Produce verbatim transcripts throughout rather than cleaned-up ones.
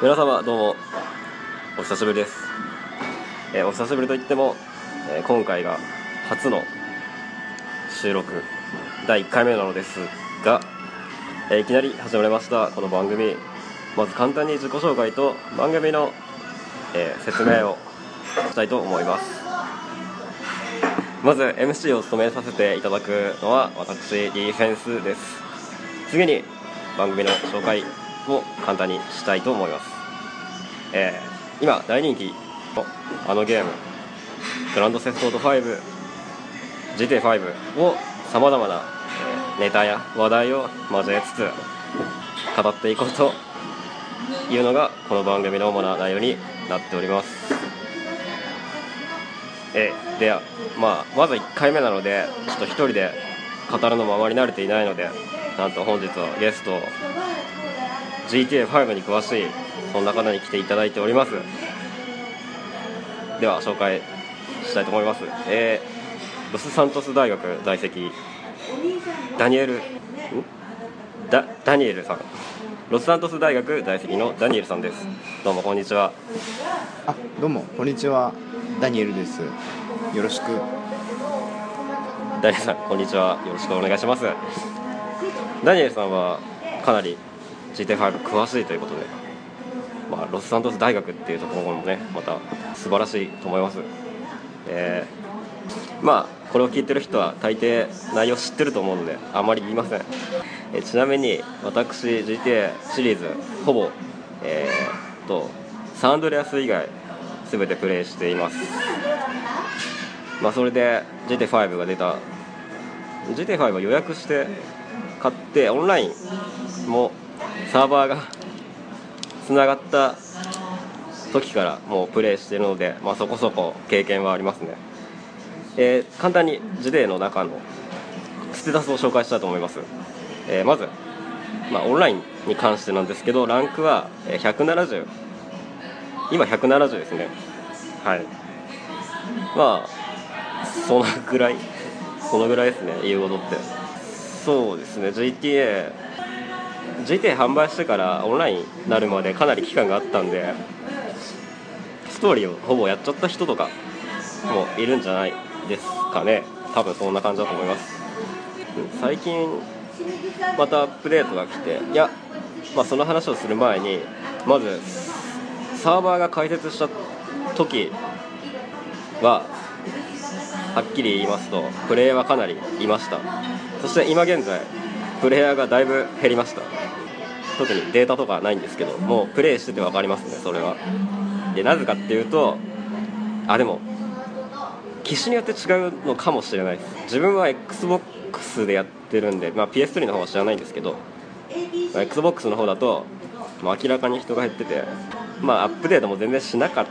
皆様どうもお久しぶりです。えー、お久しぶりといっても、えー、今回が初の収録だいいっかいめなのですが、えー、いきなり始まりましたこの番組。まず簡単に自己紹介と番組の、えー、説明をしたいと思います。まず エムシー を務めさせていただくのは私ディフェンスです。次に番組の紹介を簡単にしたいと思います。えー、今大人気のあのゲームグランドセフトオートファイブ ジーティーファイブ をさまざまな、えー、ネタや話題を交えつつ語っていこうというのがこの番組の主な内容になっております。えー、では、まあ、まずいっかいめなのでちょっと一人で語るのもあまり慣れていないので、なんと本日はゲスト ジーティーファイブ に詳しいそんな方に来ていただいております。では紹介したいと思います。えー、ロスサントス大学在籍ダニエルんダダニエルさん、ロスサントス大学在籍のダニエルさんです。どうもこんにちは。 あ、どうもこんにちは、ダニエルです。よろしく。 ダニエルさん、こんにちは、よろしくお願いします。ダニエルさんはかなり ジーティーファイブ 詳しいということで、まあ、ロスサントス大学っていうところもねまた素晴らしいと思います。えー、まあこれを聞いてる人は大抵内容知ってると思うのであまり言いません。えちなみに私 ジーティーエー シリーズほぼ、えー、とサンアンドレアス以外全てプレイしています。まあそれで ジーティーファイブ が出た ジーティーファイブ は予約して買ってオンラインもサーバーがつながった時からもうプレイしているので、まあ、そこそこ経験はありますね。えー、簡単に ジーティーエー の中のステータスを紹介したいと思います。えー、まず、まあ、オンラインに関してなんですけど、ランクはひゃくななじゅう、今ひゃくななじゅうですね。はい、まあそのぐらいそのぐらいですね、言うことって。そうですね、 ジーティーエージーティーエー 販売してからオンラインになるまでかなり期間があったんで、ストーリーをほぼやっちゃった人とかもいるんじゃないですかね。多分そんな感じだと思います。最近またアップデートが来て、いや、まあ、その話をする前にまずサーバーが開設した時ははっきり言いますとプレイヤーはかなりいました。そして今現在プレイヤーがだいぶ減りました。特にデータとかないんですけど、もうプレイしてて分かりますね、それは。でなぜかっていうと、あでも機種によって違うのかもしれないです。自分は Xbox でやってるんで、まあ、ピーエススリー の方は知らないんですけど、まあ、Xbox の方だと、まあ、明らかに人が減ってて、まあ、アップデートも全然しなかった、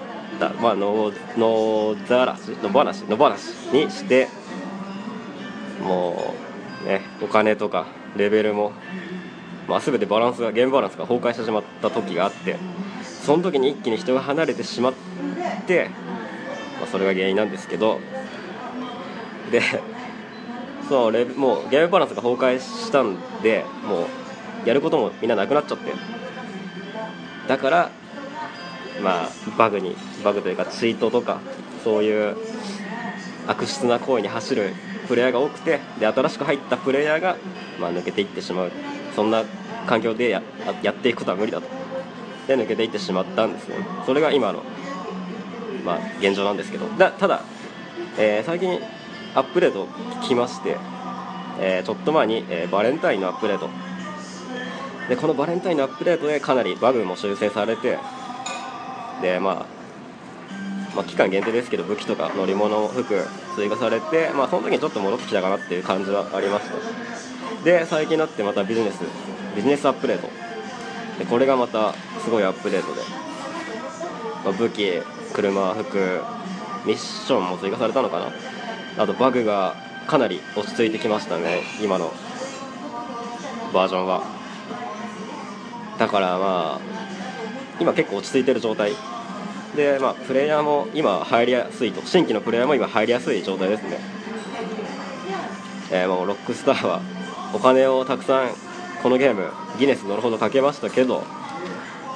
まあ、ののざらしのばなしのばなしにして、もうねお金とかレベルも、まあ、全てバランスがゲームバランスが崩壊してしまった時があって、その時に一気に人が離れてしまって、まあ、それが原因なんですけど、でそうレもうゲームバランスが崩壊したんで、もうやることもみんななくなっちゃって、だからまあバグにバグというかチートとかそういう悪質な行為に走るプレイヤーが多くて、で新しく入ったプレイヤーが、まあ、抜けていってしまう、そんな環境で や, やっていくことは無理だと、で抜けていってしまったんですね。それが今の、まあ、現状なんですけど、だただ、えー、最近アップデート来まして、えー、ちょっと前に、えー、バレンタインのアップデートで、このバレンタインのアップデートでかなりバグも修正されて、で、まあ、まあ期間限定ですけど武器とか乗り物服追加されて、まあ、その時にちょっと戻ってきたかなっていう感じはありました。で最近になってまたビジネスビジネスアップデートで、これがまたすごいアップデートで、まあ、武器、車、服、ミッションも追加されたのかな。あとバグがかなり落ち着いてきましたね、今のバージョンは。だからまあ今結構落ち着いてる状態で、まあ、プレイヤーも今入りやすいと、新規のプレイヤーも今入りやすい状態ですね。えー、もうロックスターはお金をたくさんこのゲームギネス乗るほどかけましたけど、も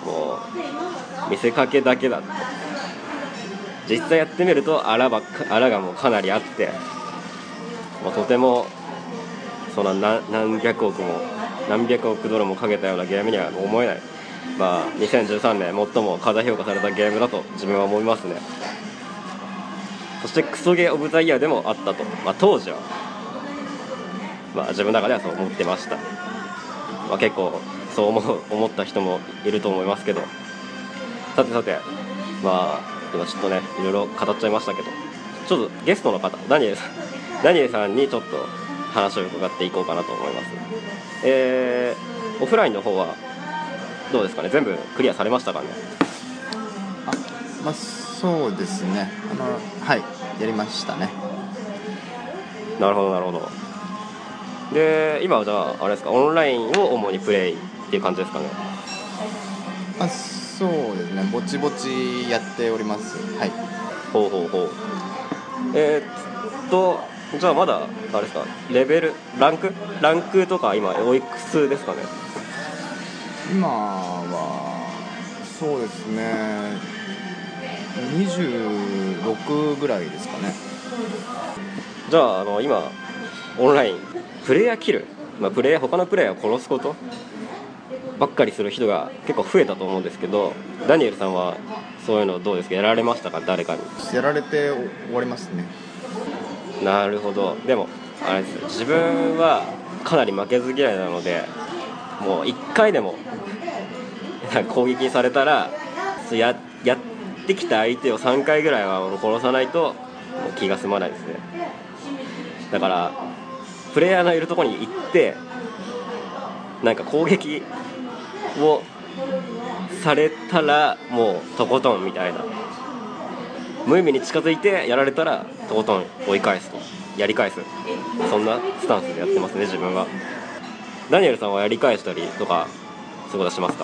もう見せかけだけだった。実際やってみるとあらばあらがもうかなりあって、もうとてもそんな 何, 何百億も何百億ドルもかけたようなゲームには思えない、まあ、にせんじゅうさんねん最も過大評価されたゲームだと自分は思いますね。そしてクソゲーオブザイヤーでもあったと、まあ、当時は、まあ、自分の中ではそう思ってました。まあ、結構そう思う思った人もいると思いますけど、さてさて、まあ今ちょっとねいろいろ語っちゃいましたけど、ちょっとゲストの方ダニエルさんダニエルさんにちょっと話を伺っていこうかなと思います。えー、オフラインの方はどうですかね、全部クリアされましたかね。 あ、まあそうですね、あのはいやりましたね。 なるほどなるほど。で今はじゃああれですか、オンラインを主にプレイっていう感じですかね。 あ、そうですね、ぼちぼちやっております。はい。 ほうほうほう。えー、っとじゃあまだあれですか、レベルランクランクとか今おいくつですかね。 今はそうですね、にじゅうろくぐらいですかね。 じゃあ、あの今オンラインプレイヤーキル、まあ、プレイヤー他のプレイヤーを殺すことばっかりする人が結構増えたと思うんですけど、ダニエルさんはそういうのどうですか、やられましたか、誰かに。 やられて終わりますね。 なるほど。でもあれですよ、自分はかなり負けず嫌いなので、もういっかいでも攻撃されたら や, やってきた相手をさんかいぐらいは殺さないともう気が済まないですね。だからプレイヤーのいるところに行ってなんか攻撃をされたらもうとことんみたいな、無意味に近づいてやられたらとことん追い返すとやり返す、そんなスタンスでやってますね自分は。ダニエルさんはやり返したりとかそういうことしますか。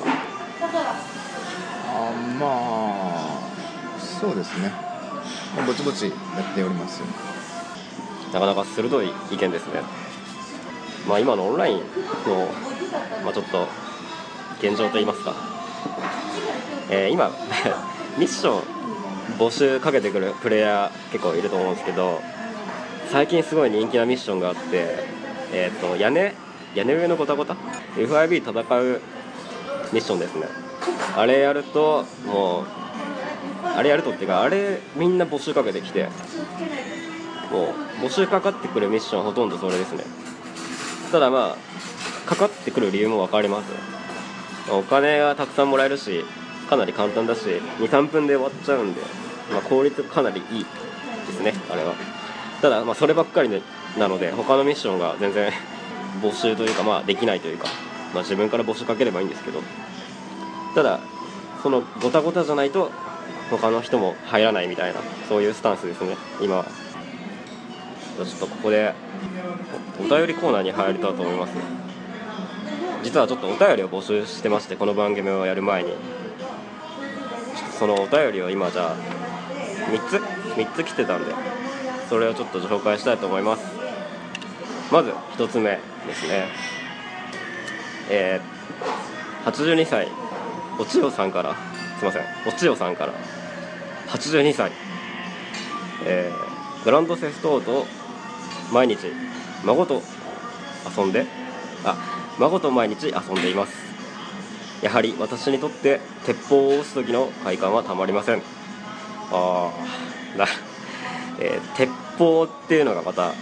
あ、まあそうですね、ぼちぼちやっておりますよ。 なかなか鋭い意見ですね。まあ今のオンラインの、まあ、ちょっと現状といいますか、えー、今ミッション募集かけてくるプレイヤー結構いると思うんですけど、最近すごい人気なミッションがあって、えー、と屋根屋根上のゴタゴタ エフアイビー 戦うミッションですね。あれやるともうあれやるとっていうかあれみんな募集かけてきて、もう募集かかってくるミッションほとんどそれですね。ただまあかかってくる理由も分かります。お金がたくさんもらえるしかなり簡単だし にさんぷんで終わっちゃうんで、まあ、効率かなりいいですねあれは。ただまあそればっかりなので他のミッションが全然募集というかまあできないというか、まあ、自分から募集かければいいんですけど、ただそのゴタゴタじゃないと他の人も入らないみたいな、そういうスタンスですね今は。ちょっとここでお便りコーナーに入りたいと思います。実はちょっとお便りを募集してまして、この番組をやる前にそのお便りを今じゃあみっつみっつ来てたんで、それをちょっと紹介したいと思います。まずひとつめですね、えー、はちじゅうにさいおちよさんから、すいませんおちよさんからはちじゅうにさい、えー、グランドセフトオートを毎日孫と遊んであ孫と毎日遊んでいます。やはり私にとって鉄砲を撃つ時の快感はたまりません。あーな、えー、鉄砲っていうのがまた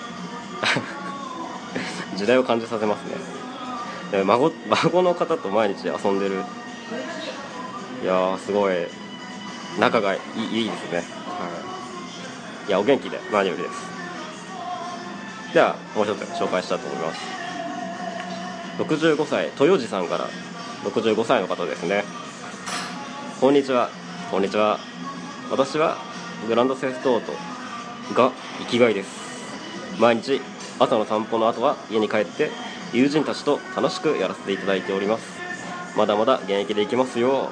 時代を感じさせますね。孫, 孫の方と毎日遊んでる、いやーすごい仲がい い, いいですね、はい、いやお元気で何よりです。ではもう一つ紹介したいと思います。ろくじゅうごさい豊地さんから、ろくじゅうごさいの方ですね。こんにちは。こんにちは。私はグランドセフトオートが生きがいです。毎日朝の散歩の後は家に帰って友人たちと楽しくやらせていただいております。まだまだ現役でいきますよ。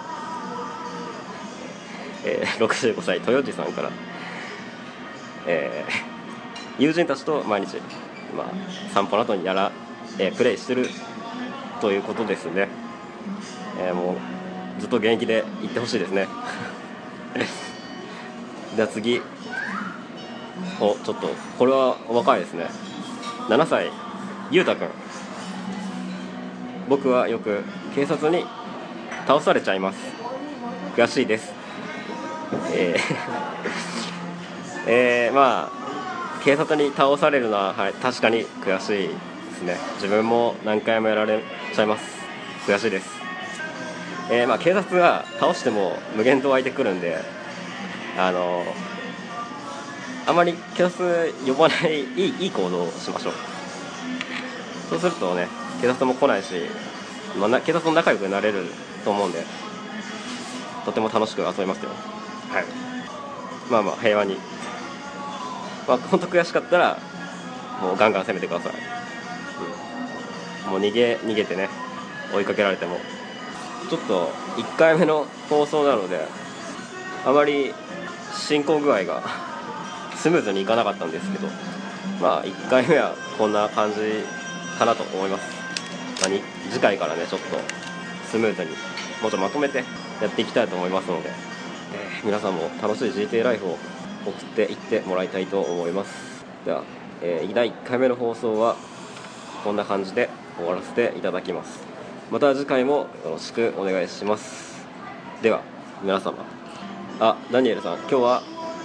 えー、ろくじゅうごさい豊地さんから、えー、友人たちと毎日、まあ、散歩の後にやら、えー、プレイしてるということですね。えー、もうずっと現役でいってほしいですねでは次、おちょっとこれはお若いですね。ななさい、ゆうたくん。僕はよく警察に倒されちゃいます。悔しいです。えーえー、まあ警察に倒されるのは、はい、確かに悔しいですね。自分も何回もやられちゃいます。悔しいです。えーまあ、警察が倒しても無限と湧いてくるんで、あのあまり警察呼ばないいい、いい行動をしましょう。そうするとね、警察も来ないし、まあ、警察と仲良くなれると思うんで、とても楽しく遊べますよ。はい。まあまあ平和に、まあ本当悔しかったらもうガンガン攻めてください。うん、もう逃げ逃げてね、追いかけられても。ちょっといっかいめの放送なので、あまり進行具合がスムーズにいかなかったんですけど、まあいっかいめはこんな感じかなと思います。まあ、次回からね、ちょっとスムーズにもうちょっとまとめてやっていきたいと思いますので、えー、皆さんも楽しい ジーティー ライフを送っていってもらいたいと思います。では、えー、だいいっかいめの放送はこんな感じで終わらせていただきます。また次回もよろしくお願いします。では皆様、あ、ダニエルさん、今日はん、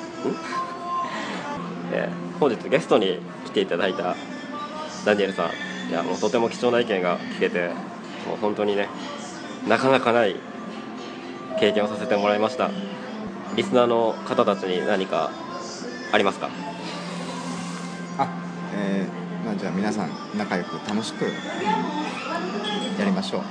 えー、本日ゲストに来ていただいたダニエルさん、いやもうとても貴重な意見が聞けて、もう本当にね、なかなかない経験をさせてもらいました。リスナーの方たちに何かありますか？ あ、えーまあ、じゃあ皆さん仲良く楽しくやりましょ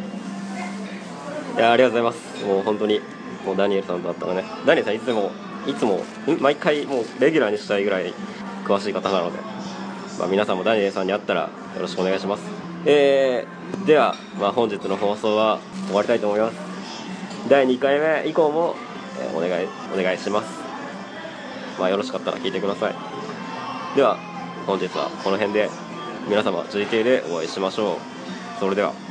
う。 いや、ありがとうございます。もう本当にもうダニエルさんだったらね、ダニエルさんいつもいつも毎回もうレギュラーにしたいぐらい詳しい方なので、まあ、皆さんもダニエルさんに会ったらよろしくお願いします。えー、では、まあ、本日の放送は終わりたいと思います。だいにかいめ以降も、えー、お願いお願いします。まあ、よろしかったら聞いてください。では本日はこの辺で皆様 ジーティー でお会いしましょう。それでは。